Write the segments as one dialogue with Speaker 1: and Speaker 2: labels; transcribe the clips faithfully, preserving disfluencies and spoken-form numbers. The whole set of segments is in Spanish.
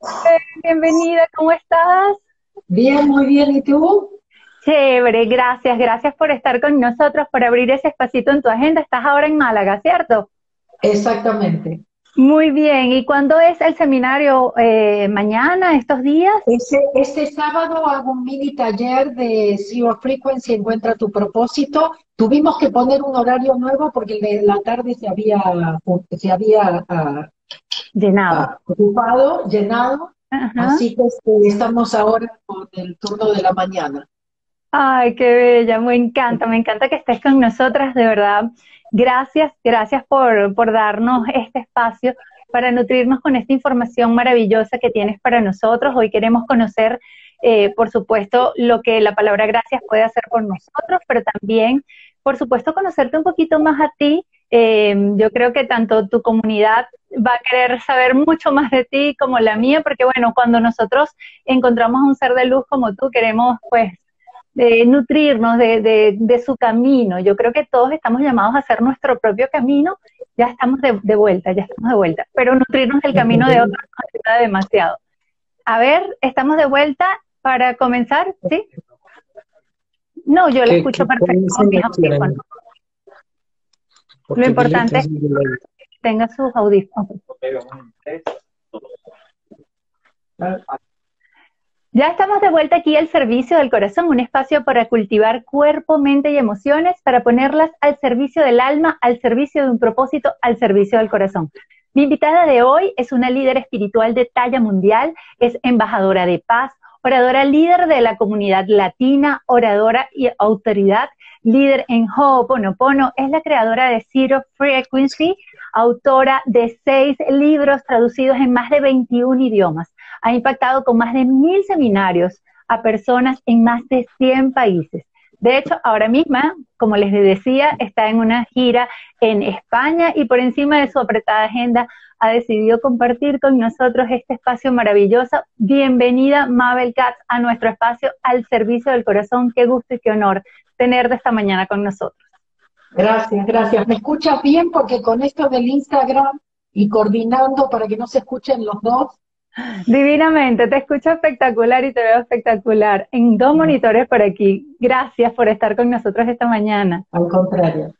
Speaker 1: Eh, Bienvenida, ¿cómo estás?
Speaker 2: Bien, muy bien. ¿Y tú?
Speaker 1: Chévere, gracias, gracias por estar con nosotros, por abrir ese espacito en tu agenda. Estás ahora en Málaga, ¿cierto?
Speaker 2: Exactamente.
Speaker 1: Muy bien, ¿y cuándo es el seminario? Eh, ¿mañana, estos días?
Speaker 2: Ese, este sábado hago un mini taller de Zero Frequency, encuentra tu propósito. Tuvimos que poner un horario nuevo porque el de la tarde se había, se había ah,
Speaker 1: Llenado.
Speaker 2: ah, ocupado, llenado,
Speaker 1: Ajá.
Speaker 2: así que este, estamos ahora con el turno de la mañana.
Speaker 1: Ay, qué bella, me encanta, me encanta que estés con nosotras, de verdad. Gracias, gracias por, por darnos este espacio para nutrirnos con esta información maravillosa que tienes para nosotros. Hoy queremos conocer, eh, por supuesto, lo que la palabra gracias puede hacer por nosotros, pero también, por supuesto, conocerte un poquito más a ti. Eh, yo creo que tanto tu comunidad va a querer saber mucho más de ti como la mía, porque bueno, cuando nosotros encontramos a un ser de luz como tú, queremos pues de nutrirnos de, de, de, su camino. Yo creo que todos estamos llamados a hacer nuestro propio camino. Ya estamos de, de vuelta, ya estamos de vuelta. Pero nutrirnos del camino de otros nos ayuda demasiado. A ver, estamos de vuelta para comenzar, ¿sí? No, yo la
Speaker 2: Que,
Speaker 1: escucho
Speaker 2: que
Speaker 1: perfecto con
Speaker 2: comiencen
Speaker 1: mis
Speaker 2: lo
Speaker 1: audífonos.
Speaker 2: quieren,
Speaker 1: Lo
Speaker 2: porque dile que
Speaker 1: importante es
Speaker 2: es mi delay.
Speaker 1: que tenga sus audífonos. Ya estamos de vuelta aquí al servicio del corazón, un espacio para cultivar cuerpo, mente y emociones, para ponerlas al servicio del alma, al servicio de un propósito, al servicio del corazón. Mi invitada de hoy es una líder espiritual de talla mundial, es embajadora de paz, oradora líder de la comunidad latina, oradora y autoridad, líder en Ho'oponopono, es la creadora de Zero Frequency, autora de seis libros traducidos en más de veintiún idiomas. Ha impactado con más de mil seminarios a personas en más de cien países. De hecho, ahora misma, como les decía, está en una gira en España y por encima de su apretada agenda ha decidido compartir con nosotros este espacio maravilloso. Bienvenida, Mabel Katz, a nuestro espacio al servicio del corazón. Qué gusto y qué honor tenerte esta mañana con nosotros.
Speaker 2: Gracias, gracias. ¿Me escuchas bien? Porque con esto del Instagram y coordinando para que no se escuchen los dos.
Speaker 1: Divinamente, te escucho espectacular y te veo espectacular en dos monitores por aquí. Gracias por estar con nosotros esta mañana.
Speaker 2: Al contrario.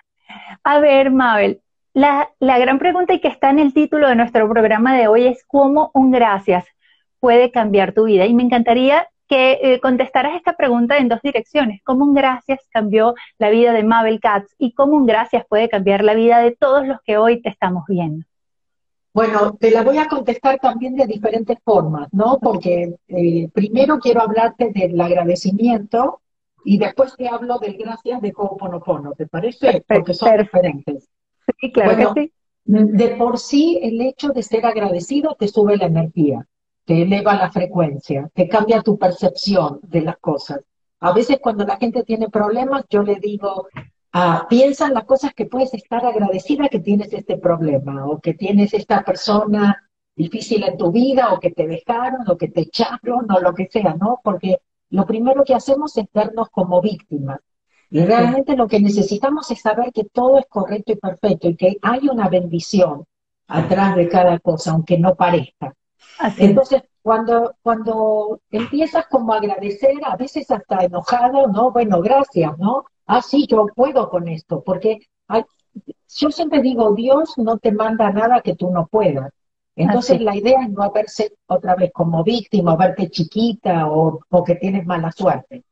Speaker 1: A ver, Mabel, la, la gran pregunta y que está en el título de nuestro programa de hoy es cómo un gracias puede cambiar tu vida. Y me encantaría que eh, contestaras esta pregunta en dos direcciones. ¿Cómo un gracias cambió la vida de Mabel Katz y cómo un gracias puede cambiar la vida de todos los que hoy te estamos viendo?
Speaker 2: Bueno, te la voy a contestar también de diferentes formas, ¿no? Porque eh, primero quiero hablarte del agradecimiento y después te hablo del gracias de Ho'oponopono, ¿te parece?
Speaker 1: Perfecto,
Speaker 2: Porque son
Speaker 1: perfecto.
Speaker 2: diferentes.
Speaker 1: Sí, claro que
Speaker 2: Bueno,
Speaker 1: sí.
Speaker 2: de por sí el hecho de ser agradecido te sube la energía, te eleva la frecuencia, te cambia tu percepción de las cosas. A veces cuando la gente tiene problemas, yo le digo, ah, piensa en las cosas que puedes estar agradecida que tienes este problema o que tienes esta persona difícil en tu vida o que te dejaron o que te echaron o lo que sea, ¿no? Porque lo primero que hacemos es vernos como víctimas. Y
Speaker 1: Así,
Speaker 2: realmente lo que necesitamos es saber que todo es correcto y perfecto y que hay una bendición atrás de cada cosa, aunque no parezca.
Speaker 1: así.
Speaker 2: Entonces, cuando, cuando empiezas como a agradecer, a veces hasta enojado, no, bueno, gracias, ¿no? Ah, sí, yo puedo con esto, porque hay- yo siempre digo, Dios no te manda nada que tú no puedas.
Speaker 1: Así,
Speaker 2: Entonces, la idea es no verse otra vez como víctima, o verte chiquita o, o que tienes mala suerte.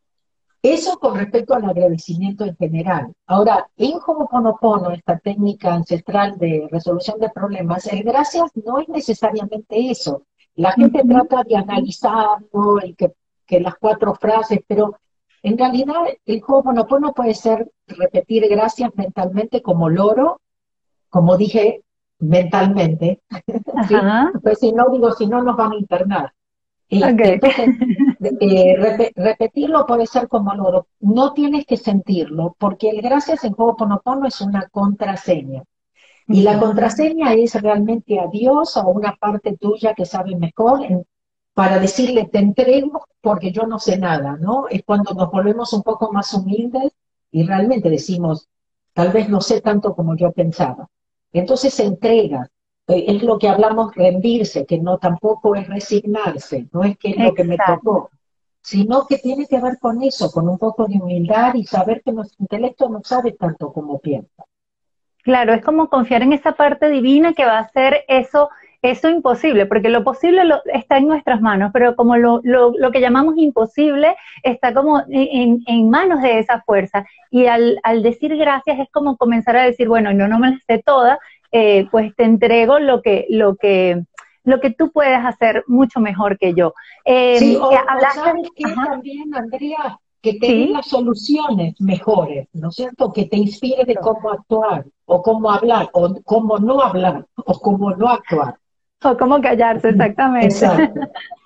Speaker 2: Eso con respecto al agradecimiento en general. Ahora, en Ho'oponopono, esta técnica ancestral de resolución de problemas, el gracias no es necesariamente eso. La gente
Speaker 1: ujú,
Speaker 2: trata de analizarlo y que, que las cuatro frases, pero en realidad el Ho'oponopono puede ser repetir gracias mentalmente como loro, como dije, mentalmente, ¿sí?
Speaker 1: ajá,
Speaker 2: Pues si no, digo, si no nos van a internar. Este,
Speaker 1: ok.
Speaker 2: entonces, eh, rep- repetirlo puede ser como loro. No tienes que sentirlo, porque el gracias en Ho'oponopono es una contraseña. Y la
Speaker 1: Okay.
Speaker 2: contraseña es realmente a Dios o a una parte tuya que sabe mejor en- para decirle te entrego porque yo no sé nada, ¿no? Es cuando nos volvemos un poco más humildes y realmente decimos, tal vez no sé tanto como yo pensaba. Entonces se entrega. eh, es lo que hablamos rendirse, que no tampoco es resignarse, no es que es lo que me
Speaker 1: Exacto.
Speaker 2: tocó, sino que tiene que ver con eso, con un poco de humildad y saber que nuestro intelecto no sabe tanto como piensa.
Speaker 1: Claro, es como confiar en esa parte divina que va a hacer eso, eso imposible, porque lo posible lo, está en nuestras manos, pero como lo, lo, lo que llamamos imposible está como en, en manos de esa fuerza. Y al, al decir gracias es como comenzar a decir, bueno, no, no me las sé todas, eh, pues te entrego lo que, lo que, lo que tú puedes hacer mucho mejor que yo.
Speaker 2: Sí,
Speaker 1: Eh,
Speaker 2: o, o
Speaker 1: hablaste,
Speaker 2: sabes que
Speaker 1: ajá,
Speaker 2: también, Andrea, que te dé
Speaker 1: sí,
Speaker 2: las soluciones mejores, ¿no es cierto? Que te inspire de cómo actuar, o cómo hablar, o cómo no hablar, o cómo no actuar.
Speaker 1: o cómo callarse, exactamente.
Speaker 2: Exacto.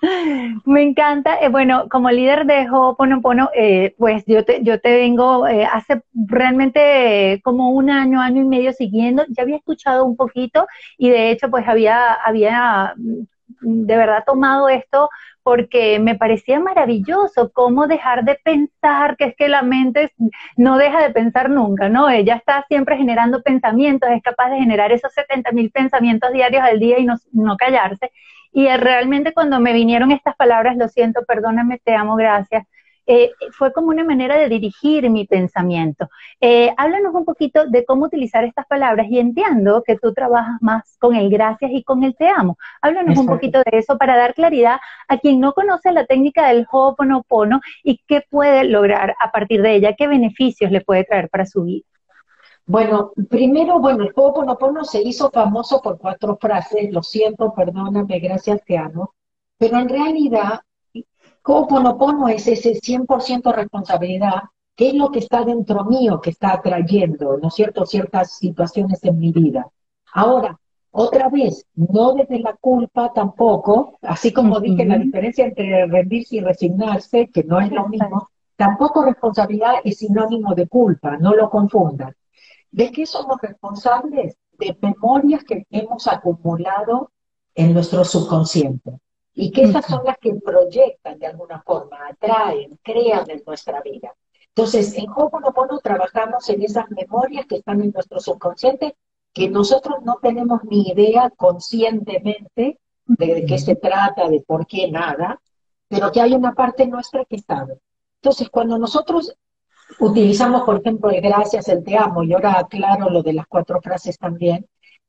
Speaker 1: Me encanta. Eh, bueno, como líder de Ho'oponopono, eh, pues yo te, yo te vengo eh, hace realmente eh, como un año, año y medio siguiendo. Ya había escuchado un poquito y de hecho pues había, había mm, de verdad tomado esto porque me parecía maravilloso cómo dejar de pensar, que es que la mente no deja de pensar nunca, ¿no? Ella está siempre generando pensamientos, es capaz de generar esos setenta mil pensamientos diarios al día y no, no callarse. Y realmente cuando me vinieron estas palabras, lo siento, perdóname, te amo, gracias, eh, fue como una manera de dirigir mi pensamiento. Eh, háblanos un poquito de cómo utilizar estas palabras y entiendo que tú trabajas más con el gracias y con el te amo. Háblanos un
Speaker 2: Exacto.
Speaker 1: poquito de eso para dar claridad a quien no conoce la técnica del Ho'oponopono y qué puede lograr a partir de ella, qué beneficios le puede traer para su vida.
Speaker 2: Bueno, primero, bueno, el Ho'oponopono se hizo famoso por cuatro frases, lo siento, perdóname, gracias, te amo, pero en realidad Ho'oponopono es ese cien por ciento responsabilidad, que es lo que está dentro mío, que está atrayendo, ¿no es cierto?, ciertas situaciones en mi vida. Ahora, otra vez, no desde la culpa tampoco, así
Speaker 1: Uh
Speaker 2: como dije, la
Speaker 1: -huh.
Speaker 2: diferencia entre rendirse y resignarse, que no es lo
Speaker 1: Exacto.
Speaker 2: mismo, tampoco responsabilidad es sinónimo de culpa, no lo confundan. ¿De qué somos responsables? De memorias que hemos acumulado en nuestro subconsciente y que
Speaker 1: Uh
Speaker 2: esas
Speaker 1: -huh.
Speaker 2: son las que proyectan de alguna forma, atraen, crean en nuestra vida. Entonces, en Ho'oponopono trabajamos en esas memorias que están en nuestro subconsciente, que nosotros no tenemos ni idea conscientemente de, de qué se trata, de por qué nada, pero que hay una parte nuestra que sabe. Entonces, cuando nosotros utilizamos, por ejemplo, el gracias, el te amo, y ahora aclaro lo de las cuatro frases también,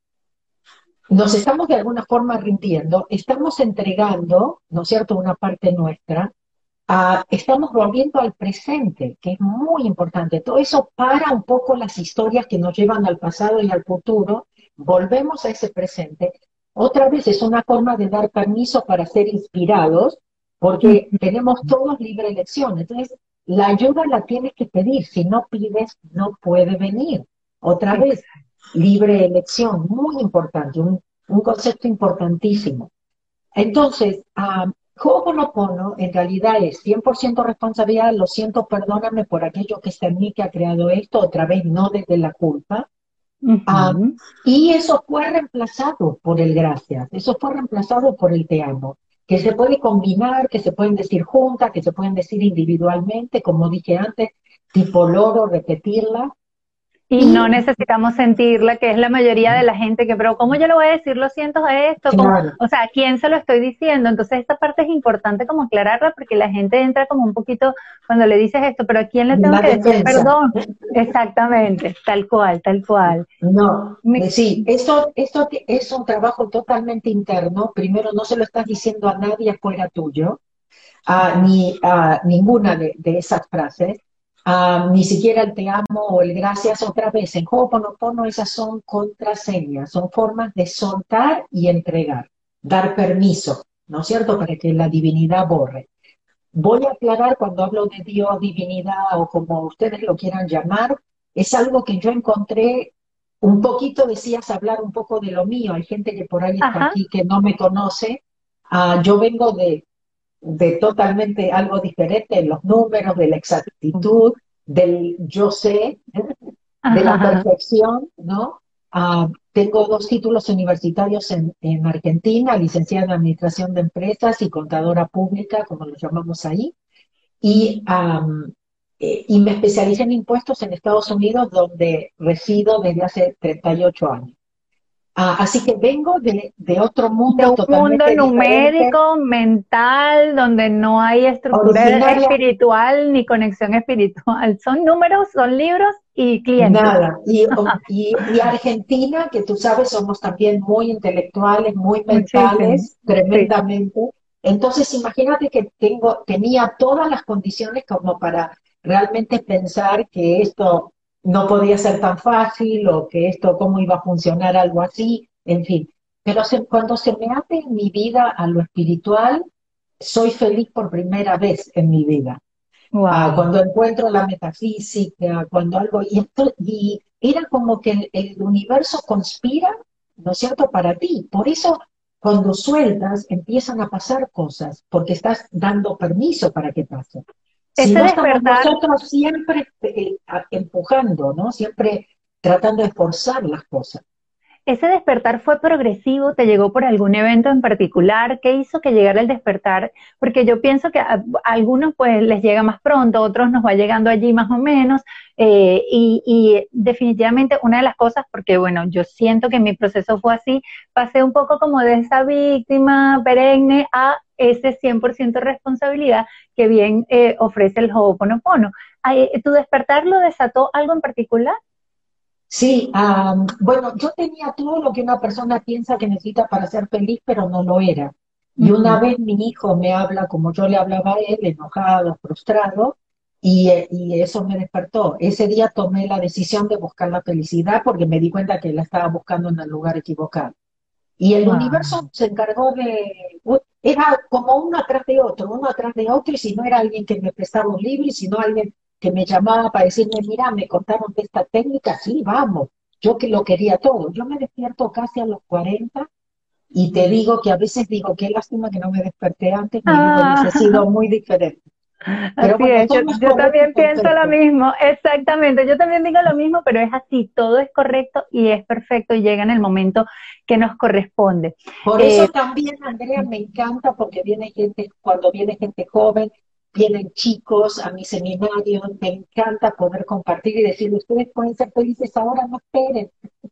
Speaker 2: nos estamos de alguna forma rindiendo, estamos entregando, ¿no es cierto?, una parte nuestra, a, estamos volviendo al presente, que es muy importante. Todo eso para un poco las historias que nos llevan al pasado y al futuro, volvemos a ese presente. Otra vez es una forma de dar permiso para ser inspirados,
Speaker 1: Uh
Speaker 2: porque tenemos todos libre elección. Entonces, la ayuda la tienes que pedir. Si no pides, no puede venir. Otra
Speaker 1: -huh.
Speaker 2: vez, libre elección, muy importante, un, un concepto importantísimo. Entonces, um, Ho'oponopono en realidad es cien por ciento responsabilidad, lo siento, perdóname por aquello que está en mí que ha creado esto, otra vez no desde la culpa.
Speaker 1: Uh
Speaker 2: Um,
Speaker 1: -huh.
Speaker 2: y eso fue reemplazado por el gracias, eso fue reemplazado por el te amo, que se puede combinar, que se pueden decir juntas, que se pueden decir individualmente, como dije antes, tipo loro, repetirla.
Speaker 1: Y no
Speaker 2: Y,
Speaker 1: necesitamos sentirla, que es la mayoría de la gente que, pero ¿cómo yo le voy a decir lo siento a esto? ¿Cómo?
Speaker 2: claro,
Speaker 1: O sea, ¿a quién se lo estoy diciendo? Entonces esta parte es importante como aclararla porque la gente entra como un poquito cuando le dices esto, pero ¿a quién le tengo
Speaker 2: la
Speaker 1: que decir
Speaker 2: defensa.
Speaker 1: perdón? Exactamente, tal cual, tal cual.
Speaker 2: No,
Speaker 1: Me-
Speaker 2: eh, sí, eso, esto te- es un trabajo totalmente interno. Primero, no se lo estás diciendo a nadie afuera tuyo, a, ni a ninguna de, de esas frases, a, ni siquiera el te amo o el gracias otra vez. En Ho'oponopono esas son contraseñas, son formas de soltar y entregar, dar permiso, ¿no es cierto?, para que la divinidad borre. Voy a aclarar cuando hablo de Dios, divinidad o como ustedes lo quieran llamar, es algo que yo encontré un poquito, decías, hablar un poco de lo mío. Hay gente que por ahí está
Speaker 1: Ajá,
Speaker 2: aquí que no me conoce. Ah, yo vengo de, de totalmente algo diferente, en los números, de la exactitud, del yo sé, de la
Speaker 1: ajá,
Speaker 2: perfección, ¿no? Ah, tengo dos títulos universitarios en, en Argentina, licenciada en Administración de Empresas y contadora pública, como lo llamamos ahí, y, um, eh, y me especialicé en impuestos en Estados Unidos, donde resido desde hace treinta y ocho años. Ah, así que vengo de, de otro
Speaker 1: De
Speaker 2: mundo
Speaker 1: un mundo
Speaker 2: totalmente diferente,
Speaker 1: numérico, mental, donde no hay estructura
Speaker 2: originaria.
Speaker 1: espiritual ni conexión espiritual. Son números, son libros y clientes.
Speaker 2: Nada. Y, y, y Argentina, que tú sabes, somos también muy intelectuales, muy
Speaker 1: Muchísimo.
Speaker 2: mentales,
Speaker 1: Sí.
Speaker 2: tremendamente. Entonces, imagínate que tengo, tenía todas las condiciones como para realmente pensar que esto no podía ser tan fácil o que esto, cómo iba a funcionar algo así, en fin. Pero se- cuando se me abre en mi vida a lo espiritual, soy feliz por primera vez en mi vida. Ah,
Speaker 1: Wow.
Speaker 2: cuando encuentro la metafísica, cuando algo, y, esto, y era como que el, el universo conspira, ¿no es cierto?, para ti. Por eso, cuando sueltas, empiezan a pasar cosas, porque estás dando permiso para que pasen. Si
Speaker 1: Ese
Speaker 2: no estamos
Speaker 1: despertar.
Speaker 2: nosotros siempre eh, a- empujando, ¿no? Siempre tratando de forzar las cosas.
Speaker 1: ¿Ese despertar fue progresivo? ¿Te llegó por algún evento en particular? ¿Qué hizo que llegara el despertar? Porque yo pienso que a, a algunos pues les llega más pronto, a otros nos va llegando allí más o menos. eh, y, y definitivamente una de las cosas, porque bueno, yo siento que mi proceso fue así, pasé un poco como de esa víctima perenne a ese cien por ciento responsabilidad que bien eh, ofrece el Ho'oponopono. Ay, ¿tu despertar lo desató algo en particular?
Speaker 2: Sí, am, bueno, yo tenía todo lo que una persona piensa que necesita para ser feliz, pero no lo era. Y una
Speaker 1: Ujú.
Speaker 2: vez mi hijo me habla como yo le hablaba a él, enojado, frustrado, y, eh, y eso me despertó. Ese día tomé la decisión de buscar la felicidad porque me di cuenta que la estaba buscando en el lugar equivocado. Y el universo
Speaker 1: Wow.
Speaker 2: se encargó de, era como uno atrás de otro, uno atrás de otro, y si no era alguien que me prestaba un libro, y si no alguien que me llamaba para decirme, mira, me contaron de esta técnica, sí, vamos, yo que lo quería todo. Yo me despierto casi a los cuarenta y te digo que a veces digo, qué lástima que no me desperté antes, mi vida hubiese
Speaker 1: Ah,
Speaker 2: sido muy diferente. Pero
Speaker 1: así
Speaker 2: bueno,
Speaker 1: es, yo,
Speaker 2: todo es
Speaker 1: yo
Speaker 2: correcto y
Speaker 1: también pienso lo
Speaker 2: perfecto.
Speaker 1: mismo, exactamente, yo también digo lo mismo, pero es así, todo es correcto y es perfecto y llega en el momento que nos corresponde.
Speaker 2: Por
Speaker 1: Eh,
Speaker 2: eso también, Andrea, me encanta porque viene gente, cuando viene gente joven, vienen chicos a mi seminario, me encanta poder compartir y decir, ustedes pueden ser felices ahora, no esperen.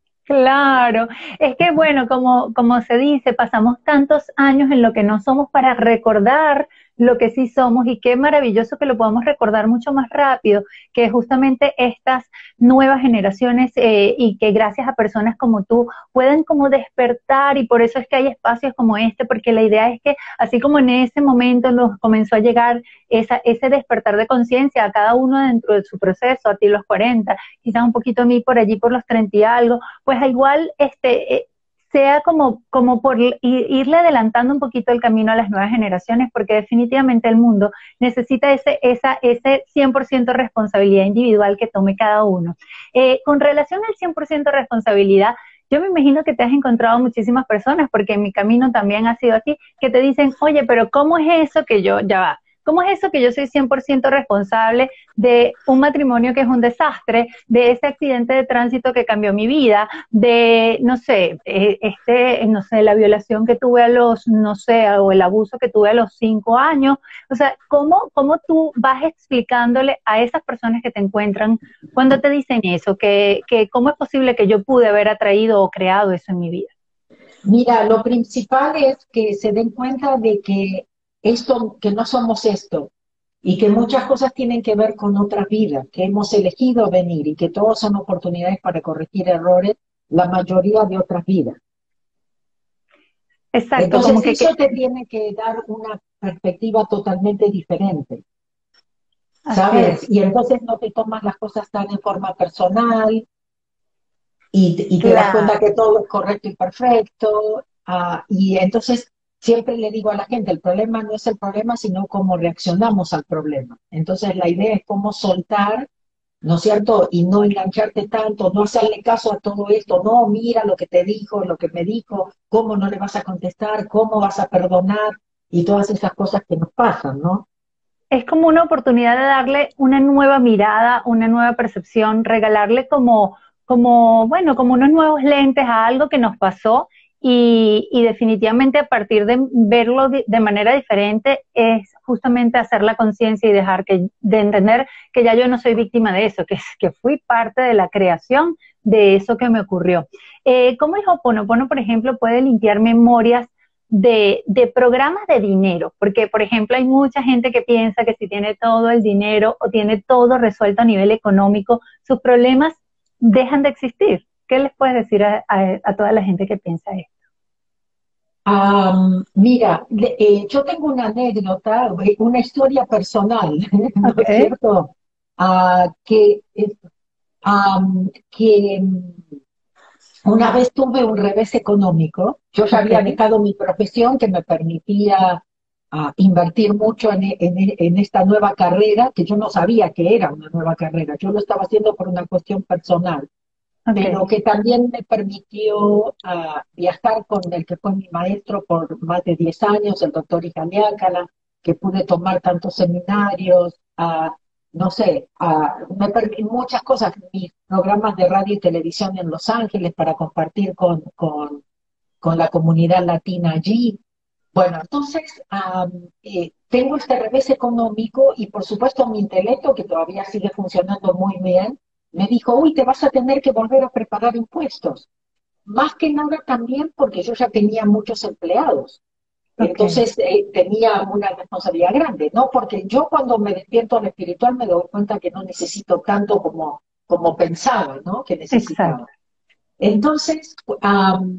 Speaker 1: Claro, es que bueno, como, como se dice, pasamos tantos años en lo que no somos para recordar lo que sí somos y qué maravilloso que lo podamos recordar mucho más rápido, que justamente estas nuevas generaciones eh, y que gracias a personas como tú pueden como despertar y por eso es que hay espacios como este, porque la idea es que así como en ese momento nos comenzó a llegar esa, ese despertar de conciencia a cada uno dentro de su proceso, a ti los cuarenta, quizás un poquito a mí por allí por los treinta y algo, pues igual este, eh, sea como, como por irle adelantando un poquito el camino a las nuevas generaciones, porque definitivamente el mundo necesita ese, esa, ese cien por ciento responsabilidad individual que tome cada uno. Eh, con relación al cien por ciento responsabilidad, yo me imagino que te has encontrado muchísimas personas, porque en mi camino también ha sido así, que te dicen, oye, pero ¿cómo es eso que yo, ya va, ¿cómo es eso que yo soy cien por ciento responsable de un matrimonio que es un desastre, de ese accidente de tránsito que cambió mi vida, de, no sé, eh, este, no sé, la violación que tuve a los, no sé, o el abuso que tuve a los cinco años? O sea, ¿cómo, cómo tú vas explicándole a esas personas que te encuentran cuando te dicen eso? Que, que cómo es posible que yo pude haber atraído o creado eso en mi vida.
Speaker 2: Mira, lo principal es que se den cuenta de que esto, que no somos esto, y que muchas cosas tienen que ver con otras vidas, que hemos elegido venir y que todos son oportunidades para corregir errores, la mayoría de otras vidas.
Speaker 1: Exacto, como
Speaker 2: Entonces
Speaker 1: que, que
Speaker 2: eso te tiene que dar una perspectiva totalmente diferente,
Speaker 1: así es.
Speaker 2: ¿sabes? Y entonces no te tomas las cosas tan en forma personal y, y te das cuenta
Speaker 1: Claro.
Speaker 2: que todo es correcto y perfecto. Ah, y entonces siempre le digo a la gente, el problema no es el problema, sino cómo reaccionamos al problema. Entonces la idea es cómo soltar, ¿no es cierto? Y no engancharte tanto, no hacerle caso a todo esto, no, mira lo que te dijo, lo que me dijo, cómo no le vas a contestar, cómo vas a perdonar y todas esas cosas que nos pasan, ¿no?
Speaker 1: Es como una oportunidad de darle una nueva mirada, una nueva percepción, regalarle como, como, bueno, como unos nuevos lentes a algo que nos pasó y, y definitivamente a partir de verlo de, de manera diferente es justamente hacer la conciencia y dejar que, de entender que ya yo no soy víctima de eso, que, que fui parte de la creación de eso que me ocurrió. Eh, ¿Cómo el Ho'oponopono, por ejemplo, puede limpiar memorias de, de programas de dinero? Porque, por ejemplo, hay mucha gente que piensa que si tiene todo el dinero o tiene todo resuelto a nivel económico, sus problemas dejan de existir. ¿Qué les puedes decir a, a, a toda la gente que piensa esto?
Speaker 2: Am, mira, le- eh, yo tengo una anécdota, eh, una historia personal, ¿no es
Speaker 1: Okay,
Speaker 2: cierto? Ah, que, eh, am, que mm, una vez tuve un revés económico. Yo ya había
Speaker 1: okay,
Speaker 2: dejado mi profesión que me permitía ah, invertir mucho en, e- en e- en esta nueva carrera, que yo no sabía que era una nueva carrera. Yo lo estaba haciendo por una cuestión personal, pero
Speaker 1: okay.
Speaker 2: que también me permitió ah, viajar con el que fue mi maestro por más de diez años, el doctor Ijaliácala, que pude tomar tantos seminarios, ah, no sé, ah, me permi- muchas cosas, mis programas de radio y televisión en Los Ángeles para compartir con, con, con la comunidad latina allí. Bueno, entonces am, eh, tengo este revés económico y por supuesto mi intelecto, que todavía sigue funcionando muy bien, me dijo, uy, te vas a tener que volver a preparar impuestos. Más que nada también porque yo ya tenía muchos empleados.
Speaker 1: Okay,
Speaker 2: Entonces eh, tenía una responsabilidad grande, ¿no? Porque yo cuando me despierto al espiritual me doy cuenta que no necesito tanto como, como pensaba, ¿no? Que
Speaker 1: exacto.
Speaker 2: necesitaba. Entonces, am,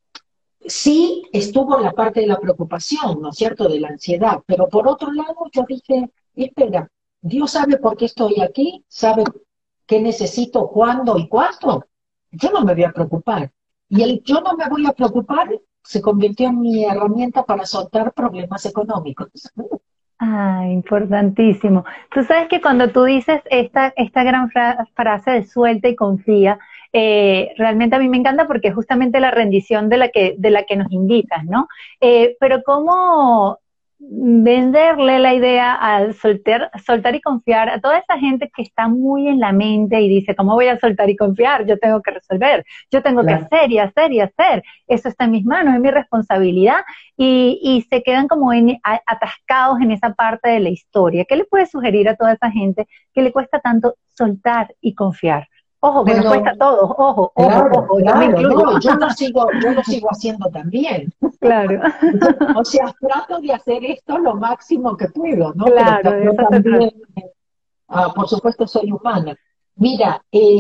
Speaker 2: sí estuvo la parte de la preocupación, ¿no es cierto?, de la ansiedad, pero por otro lado yo dije, espera, Dios sabe por qué estoy aquí, sabe qué necesito, cuándo y cuánto. Yo no me voy a preocupar. Y el yo no me voy a preocupar se convirtió en mi herramienta para soltar problemas económicos.
Speaker 1: Ah, importantísimo. Tú sabes que cuando tú dices esta, esta gran fra- frase de suelta y confía, eh, realmente a mí me encanta porque es justamente la rendición de la que, de la que nos invitas, ¿no? Eh, pero ¿cómo venderle la idea al soltar, soltar y confiar a toda esa gente que está muy en la mente y dice, ¿cómo voy a soltar y confiar? Yo tengo que resolver, yo tengo que
Speaker 2: Claro.
Speaker 1: hacer y hacer y hacer. Eso está en mis manos, es mi responsabilidad y, y se quedan como en, a, atascados en esa parte de la historia. ¿Qué le puedes sugerir a toda esa gente que le cuesta tanto soltar y confiar? Ojo, que nos cuesta a
Speaker 2: Bueno,
Speaker 1: todos, ojo, ojo,
Speaker 2: claro,
Speaker 1: ojo, yo me
Speaker 2: claro,
Speaker 1: incluyo.
Speaker 2: no, yo lo sigo, yo lo sigo haciendo también.
Speaker 1: Claro,
Speaker 2: O sea, trato de hacer esto lo máximo que puedo, ¿no? Pero
Speaker 1: claro,
Speaker 2: ta-
Speaker 1: de
Speaker 2: yo
Speaker 1: eso se trata.
Speaker 2: también, ah, por supuesto, soy humana. Mira, eh,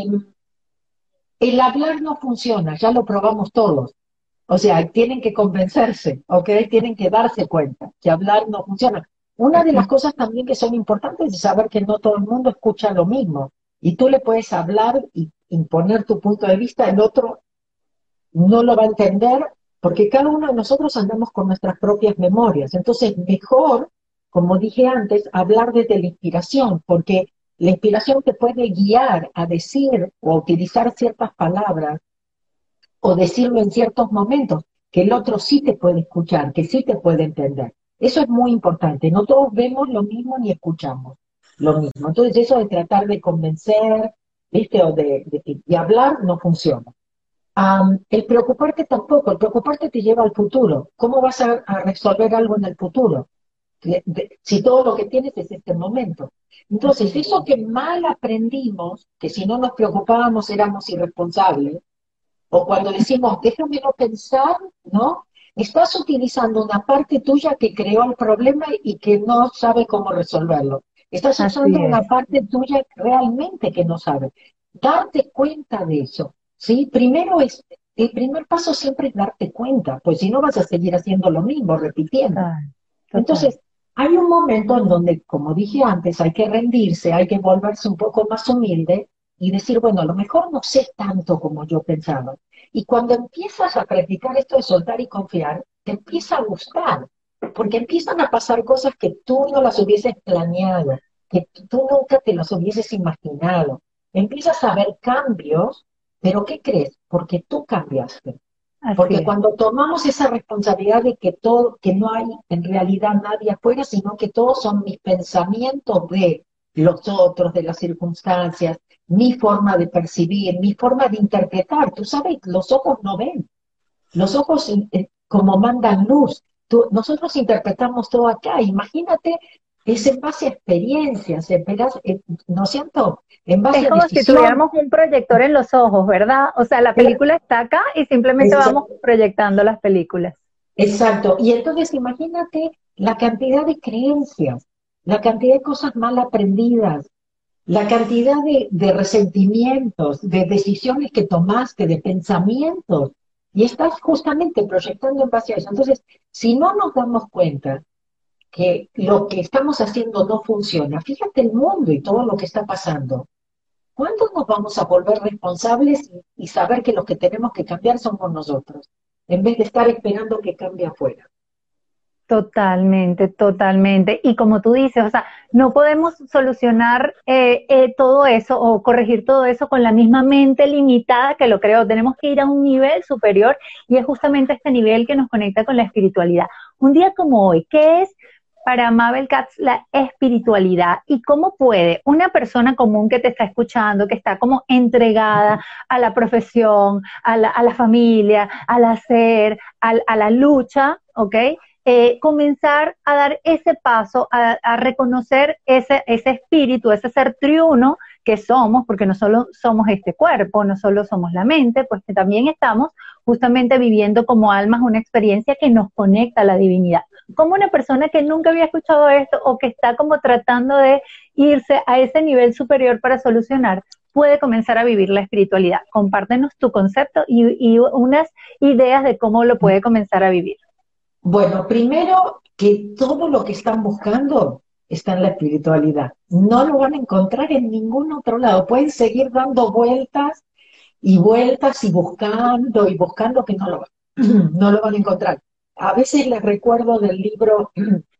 Speaker 2: el hablar no funciona, ya lo probamos todos. O sea, tienen que convencerse, ¿ok? Tienen que darse cuenta que hablar no funciona. Una de las cosas también que son importantes es saber que no todo el mundo escucha lo mismo. Y tú le puedes hablar y imponer tu punto de vista, el otro no lo va a entender porque cada uno de nosotros andamos con nuestras propias memorias. Entonces, mejor, como dije antes, hablar desde la inspiración, porque la inspiración te puede guiar a decir o a utilizar ciertas palabras o decirlo en ciertos momentos, que el otro sí te puede escuchar, que sí te puede entender. Eso es muy importante. No todos vemos lo mismo ni escuchamos lo mismo. Entonces, eso de tratar de convencer, ¿viste? O de, de, de hablar no funciona. Um, el preocuparte tampoco, el preocuparte te lleva al futuro. ¿Cómo vas a, a resolver algo en el futuro? De, de, si todo lo que tienes es este momento. Entonces,
Speaker 1: Así
Speaker 2: eso que mal aprendimos, que si no nos preocupábamos éramos irresponsables, o cuando decimos, déjame no pensar, ¿no? Estás utilizando una parte tuya que creó el problema y que no sabe cómo resolverlo. Estás usando
Speaker 1: así es.
Speaker 2: una parte tuya realmente que no sabe. Darte cuenta de eso, ¿sí? Primero es, el primer paso siempre es darte cuenta, pues si no vas a seguir haciendo lo mismo, repitiendo.
Speaker 1: Total, total.
Speaker 2: Entonces, hay un momento en donde, como dije antes, hay que rendirse, hay que volverse un poco más humilde y decir, bueno, a lo mejor no sé tanto como yo pensaba. Y cuando empiezas a practicar esto de soltar y confiar, te empieza a gustar, porque empiezan a pasar cosas que tú no las hubieses planeado, que tú nunca te las hubieses imaginado. Empiezas a ver cambios, pero ¿qué crees? Porque tú cambiaste.
Speaker 1: Así
Speaker 2: Porque
Speaker 1: es.
Speaker 2: cuando tomamos esa responsabilidad de que todo, que no hay en realidad nadie afuera, sino que todos son mis pensamientos de los otros, de las circunstancias, mi forma de percibir, mi forma de interpretar. Tú sabes, los ojos no ven, los ojos eh, como mandan luz. Tú- nosotros interpretamos todo acá. Imagínate es en base a experiencias, en veras- eh, ¿no es cierto? En base
Speaker 1: Es
Speaker 2: a
Speaker 1: como si
Speaker 2: decisión.
Speaker 1: tuviéramos un proyector en los ojos, ¿verdad? O sea, la película está acá y simplemente vamos proyectando las películas.
Speaker 2: Exacto. Y entonces imagínate la cantidad de creencias, la cantidad de cosas mal aprendidas, la cantidad de, de resentimientos, de decisiones que tomaste, de pensamientos. Y estás justamente proyectando en base a eso. Entonces, si no nos damos cuenta que lo que estamos haciendo no funciona, fíjate el mundo y todo lo que está pasando. ¿Cuándo nos vamos a volver responsables y, y saber que los que tenemos que cambiar somos nosotros, en vez de estar esperando que cambie afuera?
Speaker 1: Totalmente, totalmente. Y como tú dices, o sea, no podemos solucionar eh, eh, todo eso o corregir todo eso con la misma mente limitada que lo creo. Tenemos que ir a un nivel superior y es justamente este nivel que nos conecta con la espiritualidad. Un día como hoy, ¿qué es para Mabel Katz la espiritualidad? ¿Y cómo puede una persona común que te está escuchando, que está como entregada a la profesión, a la, a la familia, al hacer, al, a la lucha, ¿ok? Eh, comenzar a dar ese paso, a, a reconocer ese, ese espíritu, ese ser triuno que somos, porque no solo somos este cuerpo, no solo somos la mente, pues que también estamos justamente viviendo como almas una experiencia que nos conecta a la divinidad. Como una persona que nunca había escuchado esto o que está como tratando de irse a ese nivel superior para solucionar, puede comenzar a vivir la espiritualidad. Compártenos tu concepto y, y unas ideas de cómo lo puede comenzar a vivir.
Speaker 2: Bueno, primero que todo lo que están buscando está en la espiritualidad. No lo van a encontrar en ningún otro lado. Pueden seguir dando vueltas y vueltas y buscando y buscando que no lo, no lo van a encontrar. A veces les recuerdo del libro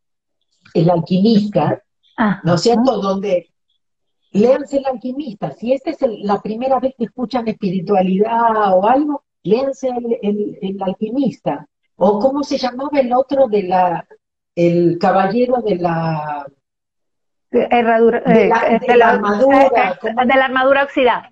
Speaker 2: El alquimista, ¿no
Speaker 1: Ajá.
Speaker 2: es cierto? Donde léanse El alquimista. Si esta es el- la primera vez que escuchan espiritualidad o algo, léanse el, el- el alquimista. O cómo se llamaba el otro de la, el caballero de la,
Speaker 1: Herradura,
Speaker 2: de
Speaker 1: eh,
Speaker 2: la, de
Speaker 1: de,
Speaker 2: la
Speaker 1: la, eh,
Speaker 2: armadura. ¿Cómo
Speaker 1: de
Speaker 2: era?
Speaker 1: la armadura oxidada.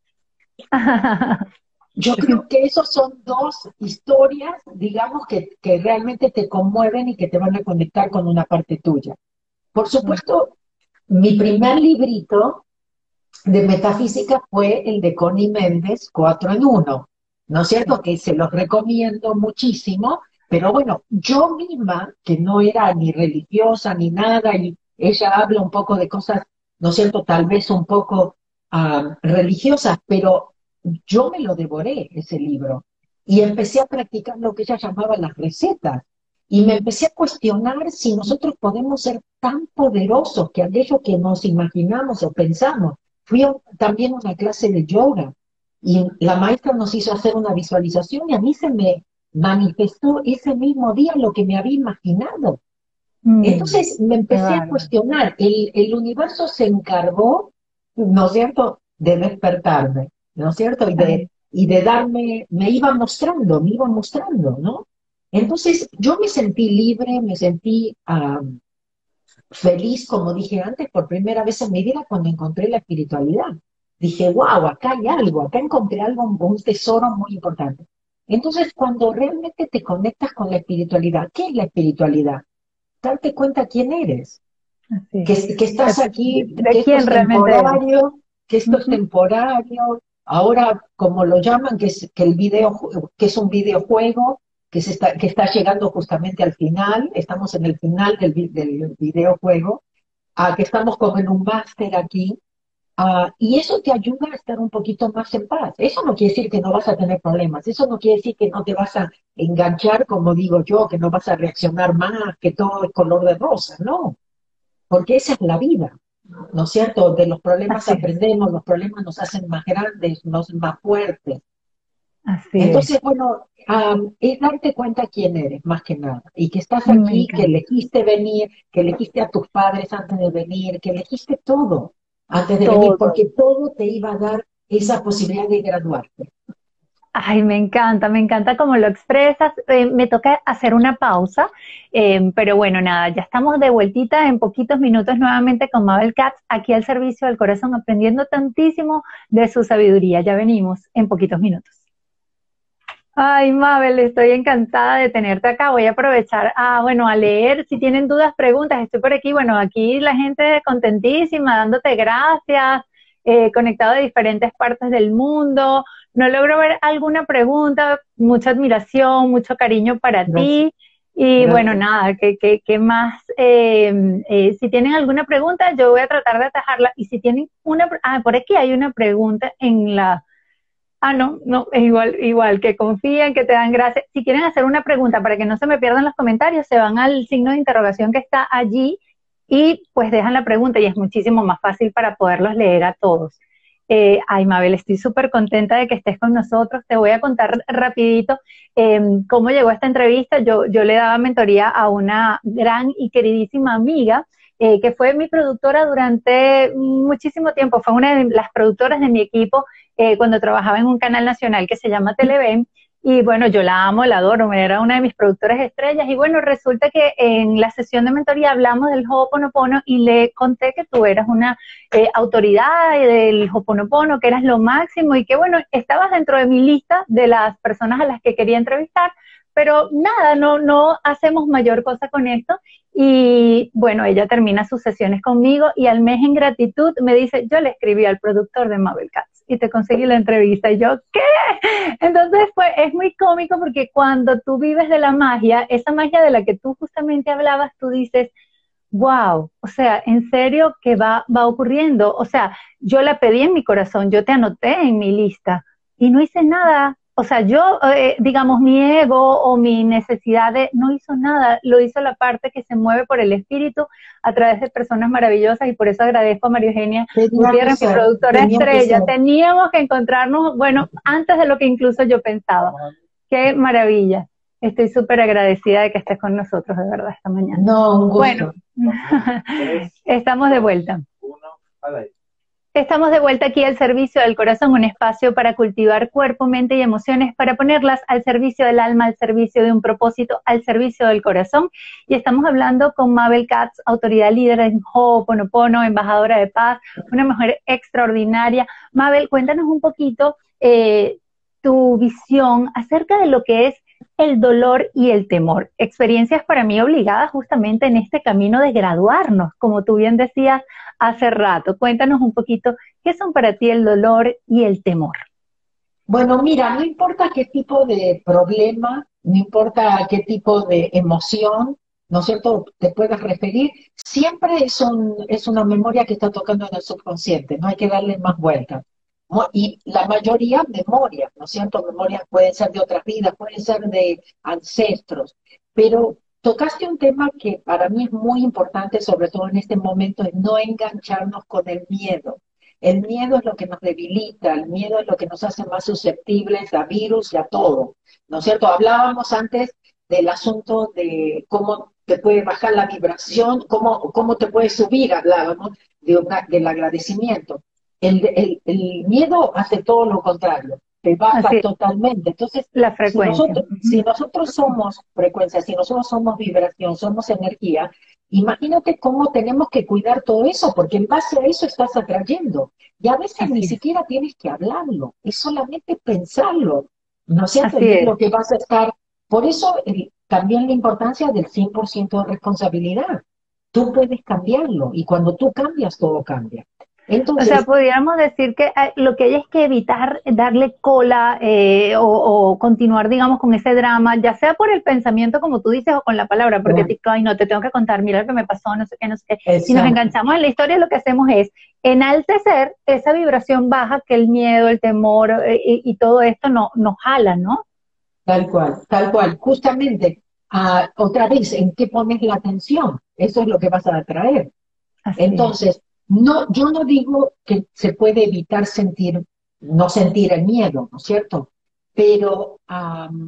Speaker 2: Yo creo que esos son dos historias, digamos, que, que realmente te conmueven y que te van a conectar con una parte tuya. Por supuesto, mi primer librito de metafísica fue el de Connie Méndez, Cuatro en Uno, ¿no es cierto? Que se los recomiendo muchísimo, pero bueno, yo misma, que no era ni religiosa ni nada, y ella habla un poco de cosas, ¿no es cierto? Tal vez un poco ah, religiosas, pero yo me lo devoré, ese libro, y empecé a practicar lo que ella llamaba las recetas. Y me empecé a cuestionar si nosotros podemos ser tan poderosos que aquello que nos imaginamos o pensamos. Fui a, también a una clase de yoga y la maestra nos hizo hacer una visualización y a mí se me manifestó ese mismo día lo que me había imaginado.
Speaker 1: Mm,
Speaker 2: Entonces me
Speaker 1: qué
Speaker 2: empecé a
Speaker 1: bárbaro.
Speaker 2: cuestionar, el, el universo se encargó, ¿no es cierto?, de despertarme, ¿no es cierto? Y
Speaker 1: Ay,
Speaker 2: de, y de darme, me iba mostrando, me iba mostrando, ¿no? Entonces yo me sentí libre, me sentí um, feliz, como dije antes, por primera vez en mi vida cuando encontré la espiritualidad. Dije, wow, acá hay algo, acá encontré algo, un tesoro muy importante. Entonces, cuando realmente te conectas con la espiritualidad, ¿qué es la espiritualidad? Darte cuenta quién eres,
Speaker 1: así
Speaker 2: que,
Speaker 1: es.
Speaker 2: que estás
Speaker 1: De,
Speaker 2: aquí, que
Speaker 1: de
Speaker 2: esto
Speaker 1: quién
Speaker 2: es
Speaker 1: realmente eres.
Speaker 2: temporario, que esto es
Speaker 1: Ujú.
Speaker 2: temporario, ahora como lo llaman, que es, que el video, que es un videojuego, que, se está, que está llegando justamente al final, estamos en el final del, del videojuego, a que estamos como en un máster aquí, ah, y eso te ayuda a estar un poquito más en paz. Eso no quiere decir que no vas a tener problemas, eso no quiere decir que no te vas a enganchar, como digo yo, que no vas a reaccionar más, que todo es color de rosa, no, porque esa es la vida, ¿no es cierto? De los problemas
Speaker 1: Así es,
Speaker 2: aprendemos, los problemas nos hacen más grandes, nos más fuertes.
Speaker 1: así es.
Speaker 2: Entonces, bueno, um, es darte cuenta quién eres, más que nada, y que estás
Speaker 1: Me
Speaker 2: aquí, que
Speaker 1: encanta.
Speaker 2: elegiste venir, que elegiste a tus padres antes de venir, que elegiste todo antes de venir,
Speaker 1: Todo.
Speaker 2: porque todo te iba a dar esa posibilidad de graduarte.
Speaker 1: Ay, me encanta, me encanta cómo lo expresas. Eh, me toca hacer una pausa, eh, pero bueno, nada, ya estamos de vueltita en poquitos minutos nuevamente con Mabel Katz, aquí al servicio del corazón, aprendiendo tantísimo de su sabiduría. Ya venimos en poquitos minutos. Ay, Mabel, estoy encantada de tenerte acá. Voy a aprovechar a, bueno, a leer. Si tienen dudas, preguntas, estoy por aquí. Bueno, aquí la gente contentísima, dándote gracias, eh, conectado de diferentes partes del mundo. No logro ver alguna pregunta, mucha admiración, mucho cariño para
Speaker 2: Gracias,
Speaker 1: ti. Y bueno,
Speaker 2: gracias.
Speaker 1: nada, ¿qué, qué, qué más? Eh, eh, si tienen alguna pregunta, yo voy a tratar de atajarla. Y si tienen una, ah, por aquí hay una pregunta en la Ah, no, no, es igual, igual, que confíen, que te dan gracias. Si quieren hacer una pregunta para que no se me pierdan los comentarios, se van al signo de interrogación que está allí y pues dejan la pregunta y es muchísimo más fácil para poderlos leer a todos. Eh, ay, Mabel, estoy súper contenta de que estés con nosotros. Te voy a contar rapidito eh, cómo llegó esta entrevista. Yo, yo le daba mentoría a una gran y queridísima amiga eh, que fue mi productora durante muchísimo tiempo. Fue una de las productoras de mi equipo eh, cuando trabajaba en un canal nacional que se llama Televen. Y bueno, yo la amo, la adoro, era una de mis productoras estrellas. Y bueno, resulta que en la sesión de mentoría hablamos del Ho'oponopono y le conté que tú eras una eh, autoridad del Ho'oponopono, que eras lo máximo y que bueno, estabas dentro de mi lista de las personas a las que quería entrevistar, pero nada, no, no hacemos mayor cosa con esto. Y bueno, ella termina sus sesiones conmigo y al mes en gratitud me dice, yo le escribí al productor de Mabel Katz y te conseguí la entrevista. Y yo, ¿qué? Entonces, pues es muy cómico porque cuando tú vives de la magia, esa magia de la que tú justamente hablabas, tú dices, wow, o sea, en serio que va, va ocurriendo. O sea, yo la pedí en mi corazón, yo te anoté en mi lista y no hice nada. O sea, yo, eh, digamos, mi ego o mi necesidad de no hizo nada, lo hizo la parte que se mueve por el espíritu a través de personas maravillosas y por eso agradezco a María Eugenia
Speaker 2: Tenía que
Speaker 1: Gutiérrez, mi
Speaker 2: ser,
Speaker 1: productora
Speaker 2: tenía que
Speaker 1: estrella.
Speaker 2: ser.
Speaker 1: Teníamos que encontrarnos, bueno, antes de lo que incluso yo pensaba. Qué maravilla. Estoy súper agradecida de que estés con nosotros, de verdad, esta mañana.
Speaker 2: No, un
Speaker 1: Bueno,
Speaker 2: gusto.
Speaker 1: estamos de vuelta. Estamos de vuelta aquí al servicio del corazón, un espacio para cultivar cuerpo, mente y emociones, para ponerlas al servicio del alma, al servicio de un propósito, al servicio del corazón. Y estamos hablando con Mabel Katz, autoridad líder en Ho'oponopono, embajadora de paz, una mujer extraordinaria. Mabel, cuéntanos un poquito eh, tu visión acerca de lo que es el dolor y el temor. Experiencias para mí obligadas justamente en este camino de graduarnos, como tú bien decías hace rato. Cuéntanos un poquito, ¿qué son para ti el dolor y el temor?
Speaker 2: Bueno, mira, no importa qué tipo de problema, no importa qué tipo de emoción, ¿no es cierto?, te puedas referir, siempre es, un, es una memoria que está tocando en el subconsciente, no hay que darle más vueltas. Mo- Y la mayoría memorias, ¿no es cierto? Memorias pueden ser de otras vidas, pueden ser de ancestros, pero tocaste un tema que para mí es muy importante, sobre todo en este momento, es no engancharnos con el miedo. El miedo es lo que nos debilita, el miedo es lo que nos hace más susceptibles a virus y a todo, ¿no es cierto? Hablábamos antes del asunto de cómo te puede bajar la vibración, cómo, cómo te puede subir, hablábamos de una, del agradecimiento. El, el, el miedo hace todo lo contrario, te baja
Speaker 1: Así,
Speaker 2: totalmente. Entonces,
Speaker 1: la
Speaker 2: si
Speaker 1: frecuencia.
Speaker 2: nosotros, si nosotros somos frecuencia, si nosotros somos vibración, somos energía, imagínate cómo tenemos que cuidar todo eso, porque en base a eso estás atrayendo. Y a veces ni
Speaker 1: Así es,
Speaker 2: siquiera tienes que hablarlo, es solamente pensarlo, ¿no es cierto?
Speaker 1: así
Speaker 2: Y es
Speaker 1: es.
Speaker 2: lo que vas a estar. Por eso el, también la importancia del cien por ciento de responsabilidad. Tú puedes cambiarlo y cuando tú cambias, todo cambia.
Speaker 1: O sea,
Speaker 2: Entonces,
Speaker 1: podríamos decir que eh, lo que hay es que evitar darle cola eh, o, o continuar, digamos, con ese drama, ya sea por el pensamiento, como tú dices, o con la palabra, porque te, ay, no, te tengo que contar, mira lo que me pasó, no sé qué, no sé qué. Si nos
Speaker 2: exacto,
Speaker 1: enganchamos en la historia, lo que hacemos es enaltecer esa vibración baja que el miedo, el temor eh, y, y todo esto no, nos jala, ¿no?
Speaker 2: tal cual, tal cual. Justamente, ah, otra vez, ¿en qué pones la atención? Eso es lo que vas a atraer.
Speaker 1: Así es.
Speaker 2: Entonces, no, yo no digo que se puede evitar sentir, no sentir el miedo, ¿no es cierto? Pero um,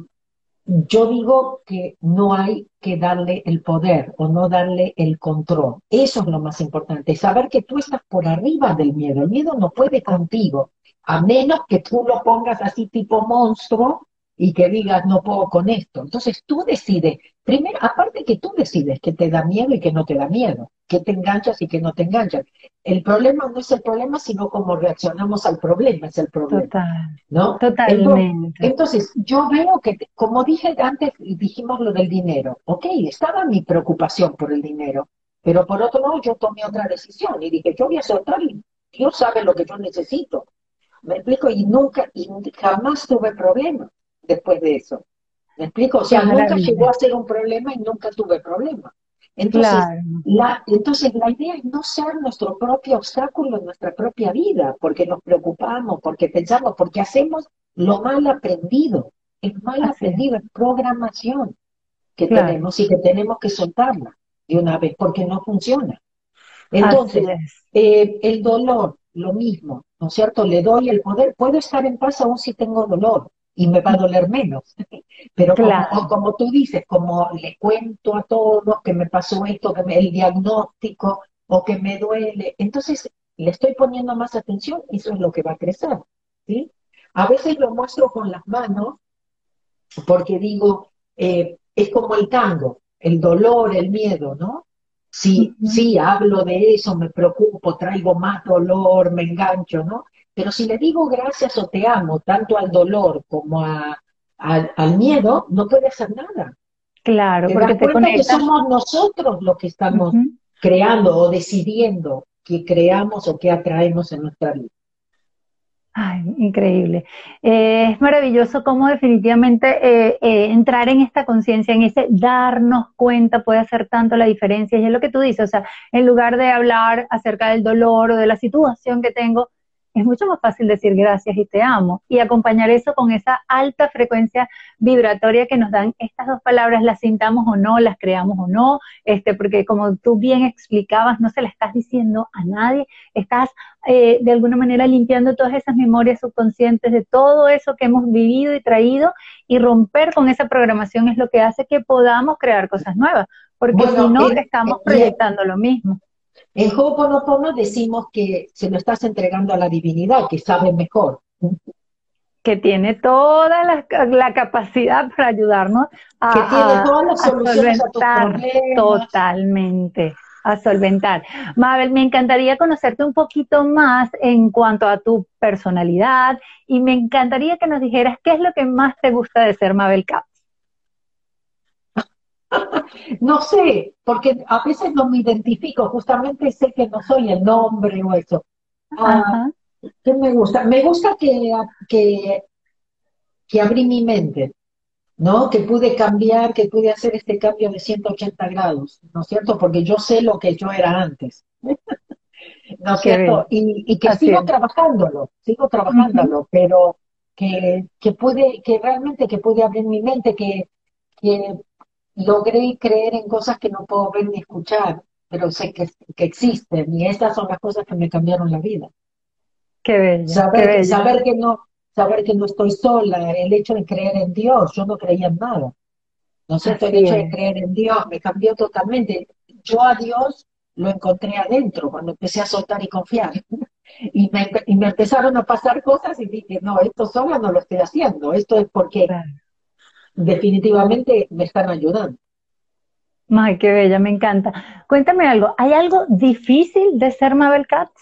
Speaker 2: yo digo que no hay que darle el poder o no darle el control. Eso es lo más importante, saber que tú estás por arriba del miedo. El miedo no puede contigo, a menos que tú lo pongas así tipo monstruo y que digas, no puedo con esto. Entonces tú decides, primero, aparte que tú decides que te da miedo y que no te da miedo, que te enganchas y que no te enganchas. El problema no es el problema, sino cómo reaccionamos al problema, es el problema,
Speaker 1: Total,
Speaker 2: ¿no? Entonces,
Speaker 1: totalmente.
Speaker 2: entonces yo veo que, como dije antes, dijimos lo del dinero, ok, estaba mi preocupación por el dinero, pero por otro lado yo tomé otra decisión y dije, yo voy a soltar y Dios sabe lo que yo necesito. ¿Me explico? Y nunca, y jamás tuve problemas después de eso. ¿Me explico? O
Speaker 1: Qué
Speaker 2: sea, nunca llegó
Speaker 1: maravilla.
Speaker 2: a ser un problema y nunca tuve problema. Entonces,
Speaker 1: Claro,
Speaker 2: la, entonces, la idea es no ser nuestro propio obstáculo en nuestra propia vida, porque nos preocupamos, porque pensamos, porque hacemos lo mal aprendido. Es mal
Speaker 1: así es,
Speaker 2: aprendido, es programación que
Speaker 1: claro,
Speaker 2: tenemos y que tenemos que soltarla de una vez, porque no funciona.
Speaker 1: así
Speaker 2: Entonces,
Speaker 1: es,
Speaker 2: eh, el dolor, lo mismo, ¿no es cierto? Le doy el poder, puedo estar en paz aún si tengo dolor y me va a doler menos, pero como, o
Speaker 1: claro,
Speaker 2: como tú dices, como le cuento a todos que me pasó esto, que me, el diagnóstico o que me duele, entonces le estoy poniendo más atención y eso es lo que va a crecer, ¿sí? A veces lo muestro con las manos porque digo, eh, es como el tango, el dolor, el miedo, ¿no? Sí,
Speaker 1: ujú,
Speaker 2: sí, hablo de eso, me preocupo, traigo más dolor, me engancho, ¿no? Pero si le digo gracias o te amo, tanto al dolor como a, al al miedo, no puede hacer nada.
Speaker 1: claro,
Speaker 2: Te das
Speaker 1: porque te
Speaker 2: cuenta que
Speaker 1: conectas.
Speaker 2: somos nosotros los que estamos
Speaker 1: Ujú.
Speaker 2: creando o decidiendo que creamos o que atraemos en nuestra vida.
Speaker 1: Ay, increíble. Eh, es maravilloso cómo definitivamente eh, eh, entrar en esta conciencia, en ese darnos cuenta puede hacer tanto la diferencia. Y es lo que tú dices, o sea, en lugar de hablar acerca del dolor o de la situación que tengo, es mucho más fácil decir gracias y te amo y acompañar eso con esa alta frecuencia vibratoria que nos dan estas dos palabras, las sintamos o no, las creamos o no, este, porque como tú bien explicabas, no se la estás diciendo a nadie, estás eh, de alguna manera limpiando todas esas memorias subconscientes de todo eso que hemos vivido y traído y romper con esa programación es lo que hace que podamos crear cosas nuevas, porque si
Speaker 2: Bueno,
Speaker 1: no
Speaker 2: en,
Speaker 1: estamos
Speaker 2: y
Speaker 1: proyectando lo mismo,
Speaker 2: en Ho'oponopono decimos que se lo estás entregando a la divinidad, que sabe mejor,
Speaker 1: que tiene toda la, la capacidad para ayudarnos
Speaker 2: que tiene
Speaker 1: a, a,
Speaker 2: todas las
Speaker 1: a
Speaker 2: soluciones a tus
Speaker 1: solventar
Speaker 2: problemas.
Speaker 1: totalmente, a solventar. Mabel, me encantaría conocerte un poquito más en cuanto a tu personalidad y me encantaría que nos dijeras qué es lo que más te gusta de ser Mabel Cap.
Speaker 2: No sé, porque a veces no me identifico, justamente sé que no soy el nombre o eso. Ah,
Speaker 1: Ajá,
Speaker 2: ¿qué me gusta? Me gusta que, que, que abrí mi mente, ¿no? Que pude cambiar, que pude hacer este cambio de ciento ochenta grados, ¿no es cierto? Porque yo sé lo que yo era antes. ¿No es
Speaker 1: qué bello,
Speaker 2: cierto? Y, y que
Speaker 1: así
Speaker 2: sigo
Speaker 1: es.
Speaker 2: trabajándolo, sigo
Speaker 1: Ujú.
Speaker 2: trabajándolo, pero que, que pude, que realmente que pude abrir mi mente, que, que logré creer en cosas que no puedo ver ni escuchar, pero sé que, que existen, y estas son las cosas que me cambiaron la vida.
Speaker 1: Qué bello, qué
Speaker 2: Saber, que-
Speaker 1: bello.
Speaker 2: saber que no, saber que no estoy sola, el hecho de creer en Dios, yo no creía en nada. ¿No es cierto? El
Speaker 1: Así
Speaker 2: hecho de
Speaker 1: es.
Speaker 2: creer en Dios me cambió totalmente. Yo a Dios lo encontré adentro cuando empecé a soltar y confiar. Y me, y me empezaron a pasar cosas y dije, no, esto sola no lo estoy haciendo, esto es porque
Speaker 1: Claro.
Speaker 2: definitivamente me están ayudando.
Speaker 1: Ay, qué bella, me encanta. Cuéntame algo, ¿hay algo difícil de ser Mabel Katz?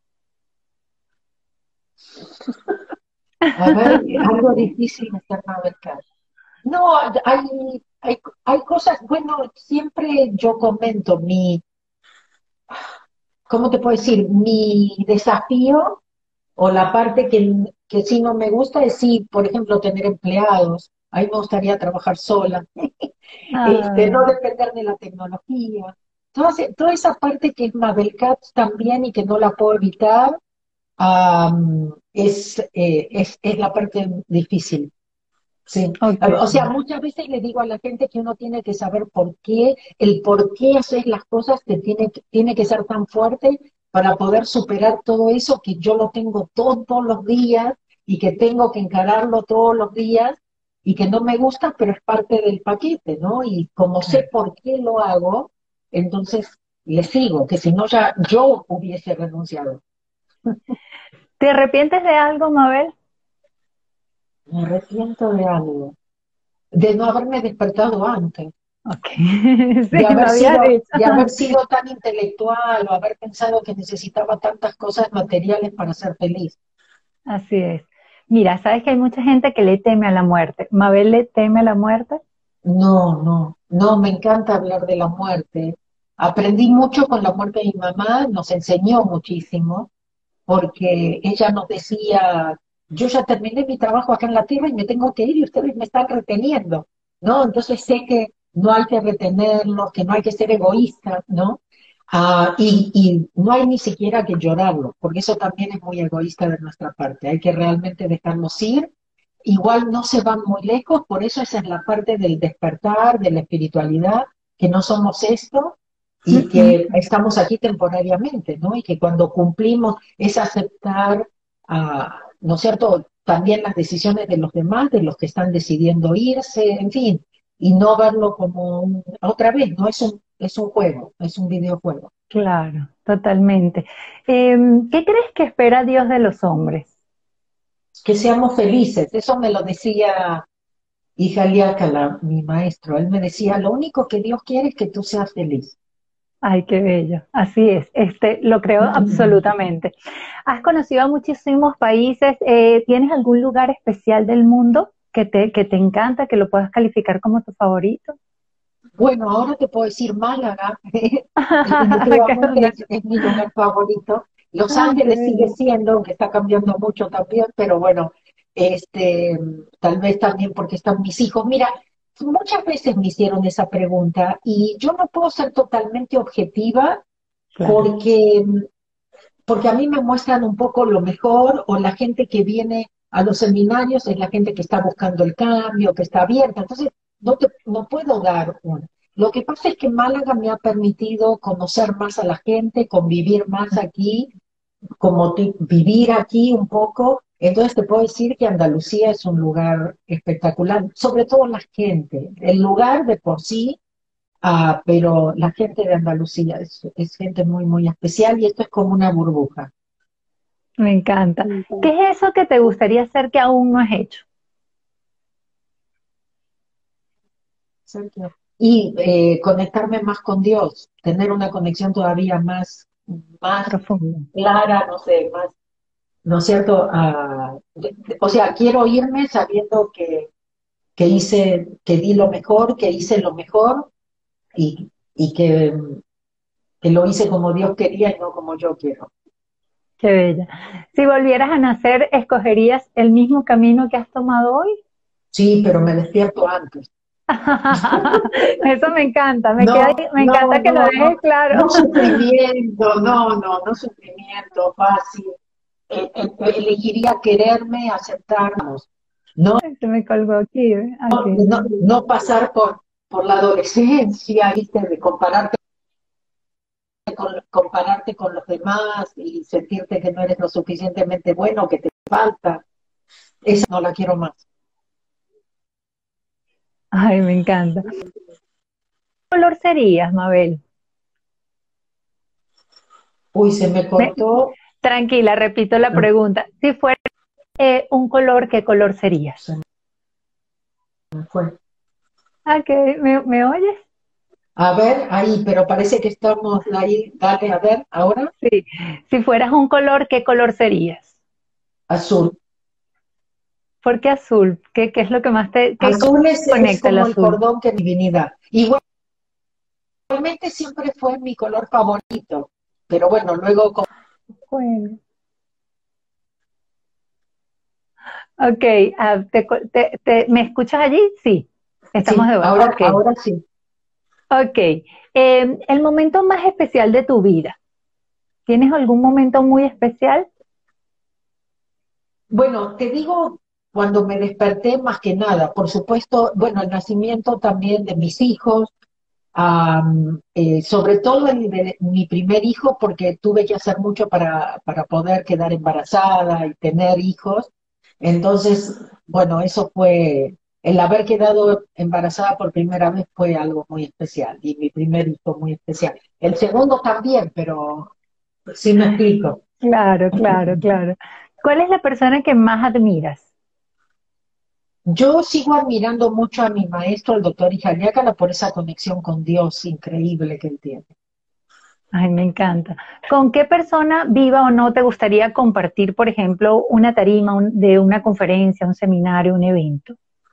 Speaker 2: A ver, algo difícil de ser Mabel. No, hay, hay, hay cosas, bueno, siempre yo comento mi, ¿cómo te puedo decir? Mi desafío o la parte que, que sí no me gusta es sí, por ejemplo, tener empleados. A mí me gustaría trabajar sola, este, no
Speaker 1: Ah,
Speaker 2: depender de la tecnología. Toda, ese- toda esa parte que es Mabel Katz también y que no la puedo evitar, am, es, eh, es, es la parte difícil. Sí,
Speaker 1: ok,
Speaker 2: o sea, muchas veces le digo a la gente que uno tiene que saber por qué, el por qué haces las cosas te tiene, que- tiene que ser tan fuerte para poder superar todo eso que yo lo tengo todos los días y que tengo que encararlo todos los días y que no me gusta, pero es parte del paquete, ¿no? Y como sé
Speaker 1: claro.
Speaker 2: por qué lo hago, entonces le sigo, que si no ya yo hubiese renunciado.
Speaker 1: ¿Te arrepientes de algo, Mabel?
Speaker 2: Me arrepiento de algo. De no haberme despertado antes.
Speaker 1: Ok,
Speaker 2: De
Speaker 1: sí, lo
Speaker 2: haber
Speaker 1: había
Speaker 2: sido,
Speaker 1: dicho.
Speaker 2: de haber sido tan intelectual o haber pensado que necesitaba tantas cosas materiales para ser feliz.
Speaker 1: Así es. Mira, sabes que hay mucha gente que le teme a la muerte. ¿Mabel le teme a la muerte?
Speaker 2: No, no, no, me encanta hablar de la muerte. Aprendí mucho con la muerte de mi mamá, nos enseñó muchísimo, porque ella nos decía, yo ya terminé mi trabajo acá en la tierra y me tengo que ir y ustedes me están reteniendo, ¿no? Entonces sé que no hay que retenerlos, que no hay que ser egoístas, ¿no? Ah, y, y no hay ni siquiera que llorarlo, porque eso también es muy egoísta de nuestra parte. Hay que realmente dejarnos ir. Igual no se van muy lejos, por eso esa es la parte del despertar, de la espiritualidad, que no somos esto
Speaker 1: Mm,
Speaker 2: y
Speaker 1: mm.
Speaker 2: que estamos aquí temporariamente, ¿no? Y que cuando cumplimos es aceptar, ah, ¿no es cierto?, también las decisiones de los demás, de los que están decidiendo irse, en fin, y no verlo como un- otra vez, no es un, es un juego, es un videojuego.
Speaker 1: Claro, totalmente. Em, ¿qué crees que espera Dios de los hombres?
Speaker 2: Que seamos felices, eso me lo decía hija Liácala, mi maestro, él me decía, lo único que Dios quiere es que tú seas feliz.
Speaker 1: Ay, qué bello. Así es. Este, lo creo absolutamente. ¿Has conocido a muchísimos países? Eh, ¿tienes algún lugar especial del mundo que te, que te encanta, que lo puedas calificar como tu favorito?
Speaker 2: Bueno, ahora te puedo decir Málaga,
Speaker 1: ¿Qué
Speaker 2: definitivamente
Speaker 1: onda?
Speaker 2: es, es mi lugar favorito. Los
Speaker 1: Ay, qué
Speaker 2: Ángeles sigue
Speaker 1: bello.
Speaker 2: siendo, aunque está cambiando mucho también, pero bueno, este, tal vez también porque están mis hijos. Mira, muchas veces me hicieron esa pregunta y yo no puedo ser totalmente objetiva
Speaker 1: Claro.
Speaker 2: porque, porque a mí me muestran un poco lo mejor o la gente que viene a los seminarios es la gente que está buscando el cambio, que está abierta. Entonces, no, te, no puedo dar una. Lo que pasa es que Málaga me ha permitido conocer más a la gente, convivir más aquí, como ti- vivir aquí un poco. Entonces te puedo decir que Andalucía es un lugar espectacular, sobre todo la gente. El lugar de por sí, ah, pero la gente de Andalucía es, es gente muy, muy especial y esto es como una burbuja.
Speaker 1: Me encanta. ¿Qué es eso que te gustaría hacer que aún no has hecho?
Speaker 2: Sergio. Y eh, conectarme más con Dios, tener una conexión todavía más, más
Speaker 1: Profundo.
Speaker 2: clara, no sé, más, ¿no es cierto? Ah, de- de- o sea, quiero irme sabiendo que, que hice, que di lo mejor, que hice lo mejor y, y que, que lo hice como Dios quería y no como yo quiero.
Speaker 1: Qué bella. Si volvieras a nacer, ¿escogerías el mismo camino que has tomado hoy?
Speaker 2: Sí, pero me despierto antes.
Speaker 1: Eso me encanta, me queda,
Speaker 2: No,
Speaker 1: me
Speaker 2: no,
Speaker 1: encanta que lo
Speaker 2: no,
Speaker 1: dejes
Speaker 2: no,
Speaker 1: claro.
Speaker 2: no sufrimiento, no, no, no sufrimiento fácil. Eh, eh, elegiría quererme, aceptarnos, no,
Speaker 1: Se me colgó aquí, ¿eh? Ok.
Speaker 2: no, no pasar por, por la adolescencia, ¿viste? De compararte con, compararte con los demás y sentirte que no eres lo suficientemente bueno, que te falta. Esa no la quiero más.
Speaker 1: Ay, me encanta. ¿Qué color serías, Mabel?
Speaker 2: Uy, se me
Speaker 1: Me-
Speaker 2: cortó,
Speaker 1: tranquila, repito la
Speaker 2: no,
Speaker 1: pregunta. Si fuera eh, un color, ¿qué color serías?
Speaker 2: se me fue.
Speaker 1: Ok, ¿me, me oyes?
Speaker 2: A ver, ahí, pero parece que estamos ahí. Dale, a ver, ahora,
Speaker 1: Sí. Si fueras un color, ¿qué color serías?
Speaker 2: azul.
Speaker 1: ¿Por qué azul? ¿Qué, qué es lo que más te qué
Speaker 2: Azul es, es
Speaker 1: conecta el
Speaker 2: como el
Speaker 1: azul?
Speaker 2: cordón que divinidad. Igualmente siempre fue mi color favorito, pero bueno, luego
Speaker 1: Bueno. Ok, ah, te co- te- te- ¿me escuchas allí? Sí, estamos
Speaker 2: sí,
Speaker 1: de vuelta.
Speaker 2: ahora,
Speaker 1: Ok,
Speaker 2: ahora sí.
Speaker 1: ok. Em, el momento más especial de tu vida. ¿Tienes algún momento muy especial?
Speaker 2: Bueno, te digo, cuando me desperté más que nada, por supuesto, bueno, el nacimiento también de mis hijos, am, eh, sobre todo el de mi primer hijo, porque tuve que hacer mucho para, para poder quedar embarazada y tener hijos. Entonces, bueno, eso fue, el haber quedado embarazada por primera vez fue algo muy especial y mi primer hijo muy especial. El segundo también, pero sí me explico.
Speaker 1: Claro, claro, claro. ¿Cuál es la persona que más admiras?
Speaker 2: Yo sigo admirando mucho a mi maestro, el doctor Ijaliácala, por esa conexión con Dios increíble que él tiene.
Speaker 1: Ay, me encanta. ¿Con qué persona, viva o no, te gustaría compartir, por ejemplo, una tarima un- de una conferencia, un seminario, un evento?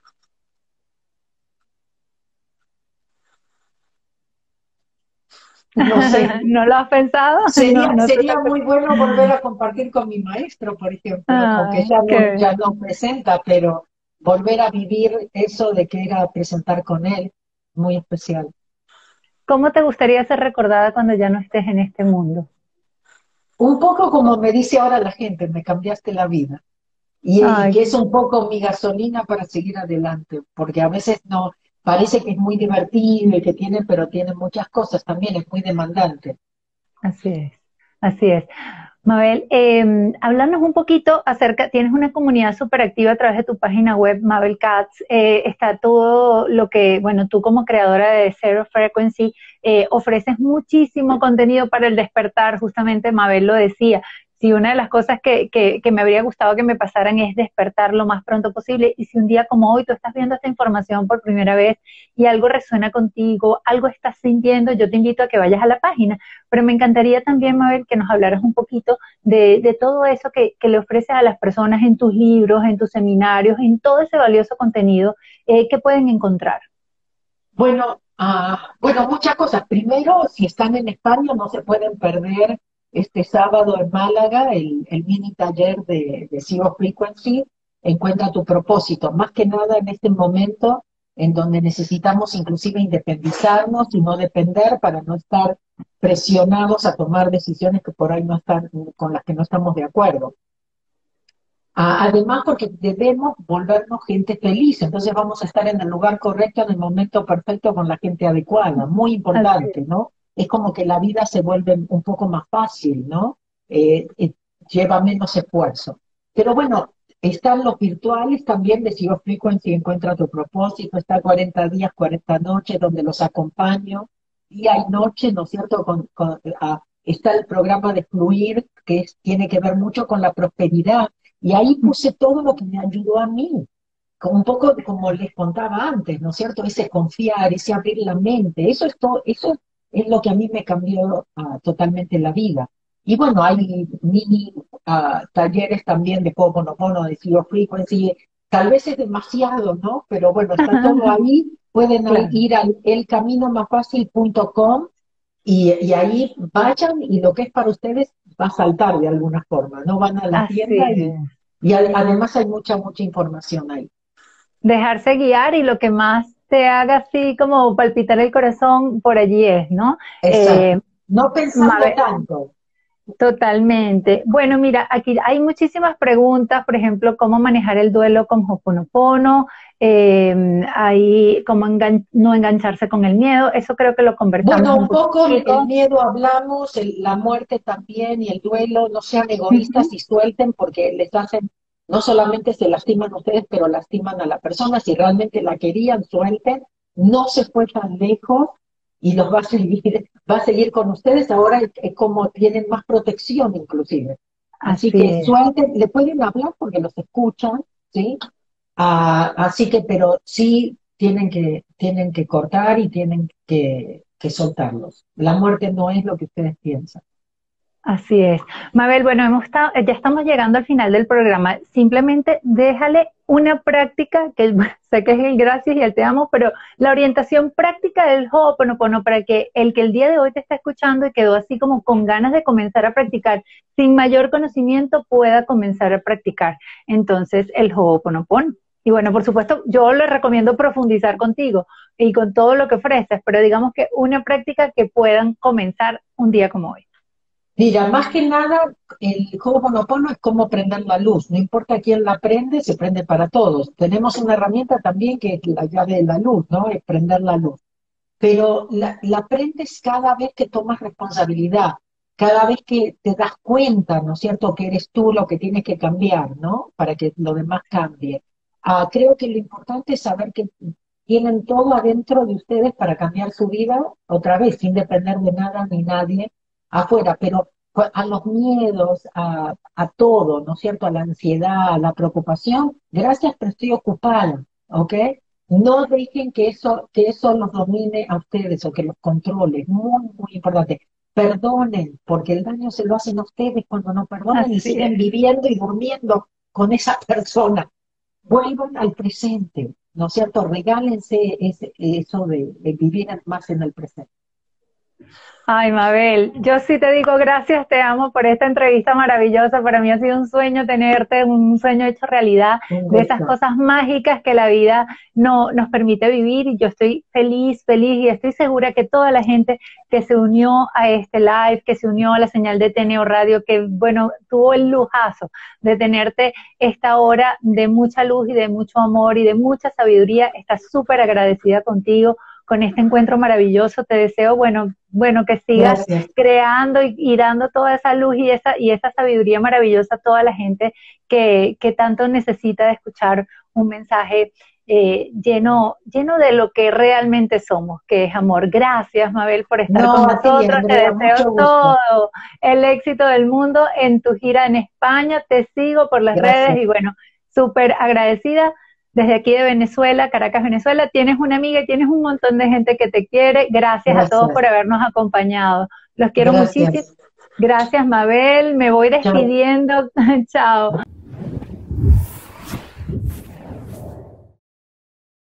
Speaker 2: No sé,
Speaker 1: ¿No lo has pensado? No,
Speaker 2: sería,
Speaker 1: no se te
Speaker 2: sería
Speaker 1: ocurre.
Speaker 2: muy bueno volver a compartir con mi maestro, por ejemplo, aunque
Speaker 1: Ah,
Speaker 2: ya no,
Speaker 1: qué,
Speaker 2: ya no presenta, pero volver a vivir eso de que era presentar con él, muy especial.
Speaker 1: ¿cómo te gustaría ser recordada cuando ya no estés en este mundo?
Speaker 2: Un poco como me dice ahora la gente, me cambiaste la vida. Y, y
Speaker 1: Ay,
Speaker 2: que es un poco mi gasolina para seguir adelante, porque a veces no, parece que es muy divertido y que tiene, pero tiene muchas cosas también, es muy demandante.
Speaker 1: así es, así es. Mabel, eh, háblanos un poquito acerca, tienes una comunidad súper activa a través de tu página web, Mabel Katz, eh, está todo lo que, bueno, tú como creadora de Zero Frequency, eh, ofreces muchísimo contenido para el despertar, justamente Mabel lo decía, si una de las cosas que, que, que me habría gustado que me pasaran es despertar lo más pronto posible, y si un día como hoy tú estás viendo esta información por primera vez y algo resuena contigo, algo estás sintiendo, yo te invito a que vayas a la página, pero me encantaría también, Mabel, que nos hablaras un poquito de, de todo eso que, que, le ofreces a las personas en tus libros, en tus seminarios, en todo ese valioso contenido eh, que pueden encontrar.
Speaker 2: Bueno, ah, bueno, muchas cosas. Primero, si están en España, no se pueden perder este sábado en Málaga el, el mini taller de, de Zero Frequency, Encuentra tu propósito. Más que nada en este momento en donde necesitamos inclusive independizarnos y no depender para no estar presionados a tomar decisiones que por ahí no están, con las que no estamos de acuerdo. Ah, además, porque debemos volvernos gente feliz, entonces vamos a estar en el lugar correcto, en el momento perfecto, con la gente adecuada. Muy
Speaker 1: Así
Speaker 2: importante,
Speaker 1: es.
Speaker 2: ¿no? Es como que la vida se vuelve un poco más fácil, ¿no? Eh, eh, lleva menos esfuerzo. Pero bueno, están los virtuales también de Zero Frequency, Encuentra tu propósito, está cuarenta días, cuarenta noches, donde los acompaño, día y noche, ¿no es cierto? Con, con, ah, está el programa de Fluir, que es- tiene que ver mucho con la prosperidad y ahí puse todo lo que me ayudó a mí, como un poco como les contaba antes, ¿no es cierto? Ese confiar, ese abrir la mente, eso es todo, eso es lo que a mí me cambió ah, totalmente la vida. Y bueno, hay mini ah, talleres también de Ho'oponopono, de Zero Frequency, tal vez es demasiado, ¿no? Pero bueno, está todo ahí, pueden ahí
Speaker 1: Claro,
Speaker 2: ir al elcaminomasfacil punto com y, y ahí vayan y lo que es para ustedes va a saltar de alguna forma, ¿no? Van a la
Speaker 1: así
Speaker 2: tienda y,
Speaker 1: es.
Speaker 2: y a- además hay mucha, mucha información ahí.
Speaker 1: Dejarse guiar y lo que más te haga así como palpitar el corazón, por allí es, ¿no?
Speaker 2: Exacto.
Speaker 1: Eh,
Speaker 2: No pensando
Speaker 1: Mabel,
Speaker 2: tanto.
Speaker 1: totalmente. Bueno, mira, aquí hay muchísimas preguntas, por ejemplo, cómo manejar el duelo con Ho'oponopono, eh, ahí cómo engan- no engancharse con el miedo, eso creo que lo conversamos
Speaker 2: Bueno,
Speaker 1: un
Speaker 2: un poco el, el
Speaker 1: poquito.
Speaker 2: miedo hablamos, el- la muerte también y el duelo, no sean egoístas
Speaker 1: Ujú.
Speaker 2: y suelten porque les hacen, no solamente se lastiman ustedes, pero lastiman a la persona. Si realmente la querían, suelten, no se fue tan lejos y los va a seguir, va a seguir con ustedes. Ahora es, es como tienen más protección inclusive. Así
Speaker 1: Así
Speaker 2: que
Speaker 1: es.
Speaker 2: suelten, le pueden hablar porque los escuchan, ¿sí? Ah, así que, pero sí tienen que, tienen que cortar y tienen que, que soltarlos. La muerte no es lo que ustedes piensan.
Speaker 1: Así es. Mabel, bueno, hemos estado, ya estamos llegando al final del programa. Simplemente déjale una práctica, que bueno, sé que es el gracias y el te amo, pero la orientación práctica del Ho'oponopono para que el que el día de hoy te está escuchando y quedó así como con ganas de comenzar a practicar, sin mayor conocimiento, pueda comenzar a practicar. Entonces, el Ho'oponopono. Y bueno, por supuesto, yo le recomiendo profundizar contigo y con todo lo que ofreces, pero digamos que una práctica que puedan comenzar un día como hoy.
Speaker 2: Mira, más que nada, el Ho'oponopono es como prender la luz. No importa quién la prende, se prende para todos. Tenemos una herramienta también que es la llave de la luz, ¿no? Es prender la luz. Pero la, la aprendes cada vez que tomas responsabilidad, cada vez que te das cuenta, ¿no es cierto?, que eres tú lo que tienes que cambiar, ¿no? Para que lo demás cambie. Ah, creo que lo importante es saber que tienen todo adentro de ustedes para cambiar su vida otra vez, sin depender de nada ni nadie afuera. Pero a los miedos, a, a todo, ¿no es cierto? A la ansiedad, a la preocupación. Gracias, pero estoy ocupada, ¿ok? No dejen que eso, que eso los domine a ustedes o que los controle. Muy, muy importante. Perdonen, porque el daño se lo hacen a ustedes cuando no perdonan y
Speaker 1: Así
Speaker 2: siguen
Speaker 1: es.
Speaker 2: viviendo y durmiendo con esa persona. Vuelvan al presente, ¿no es cierto? Regálense ese, eso de, de vivir más en el presente.
Speaker 1: Ay, Mabel, yo sí te digo gracias, te amo por esta entrevista maravillosa. Para mí ha sido un sueño tenerte, un sueño hecho realidad,
Speaker 2: Un
Speaker 1: de esas
Speaker 2: gusto.
Speaker 1: cosas mágicas que la vida no, nos permite vivir. Y yo estoy feliz, feliz y estoy segura que toda la gente que se unió a este live, que se unió a la señal de T N O Radio, que bueno, tuvo el lujazo de tenerte esta hora de mucha luz y de mucho amor y de mucha sabiduría, está súper agradecida contigo con este encuentro maravilloso. Te deseo, bueno, bueno, que sigas
Speaker 2: Gracias.
Speaker 1: creando y, y dando toda esa luz y esa, y esa sabiduría maravillosa a toda la gente que, que tanto necesita de escuchar un mensaje eh, lleno, lleno de lo que realmente somos, que es amor. Gracias, Mabel, por estar con
Speaker 2: No, a ti,
Speaker 1: nosotros. Te
Speaker 2: Andrea,
Speaker 1: deseo
Speaker 2: mucho gusto.
Speaker 1: todo el éxito del mundo en tu gira en España. Te sigo por las redes
Speaker 2: Gracias.
Speaker 1: y bueno, súper agradecida desde aquí de Venezuela, Caracas, Venezuela. Tienes una amiga y tienes un montón de gente que te quiere. Gracias a todos
Speaker 2: Gracias.
Speaker 1: por habernos acompañado. Los quiero muchísimo.
Speaker 2: Gracias.
Speaker 1: Gracias, Mabel. Me voy
Speaker 2: Chao.
Speaker 1: despidiendo. Chao.